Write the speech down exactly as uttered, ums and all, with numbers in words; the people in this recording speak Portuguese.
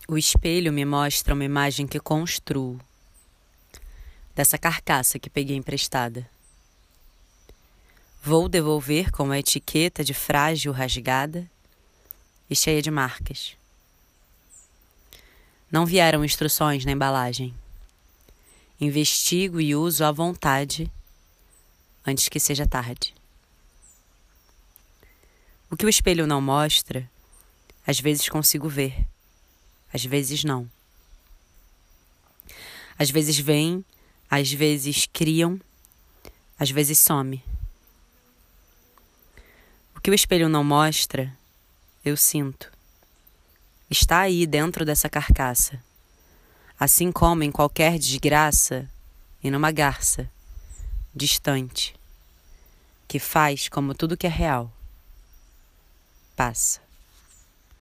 O espelho me mostra uma imagem que construo, dessa carcaça que peguei emprestada. Vou devolver com a etiqueta de frágil rasgada e cheia de marcas. Não vieram instruções na embalagem. Investigo e uso à vontade antes que seja tarde. O que o espelho não mostra, às vezes consigo ver, às vezes não. Às vezes vem, às vezes criam, às vezes some. O que o espelho não mostra, eu sinto. Está aí dentro dessa carcaça, assim como em qualquer desgraça e numa garça, distante, que faz como tudo que é real. Passa.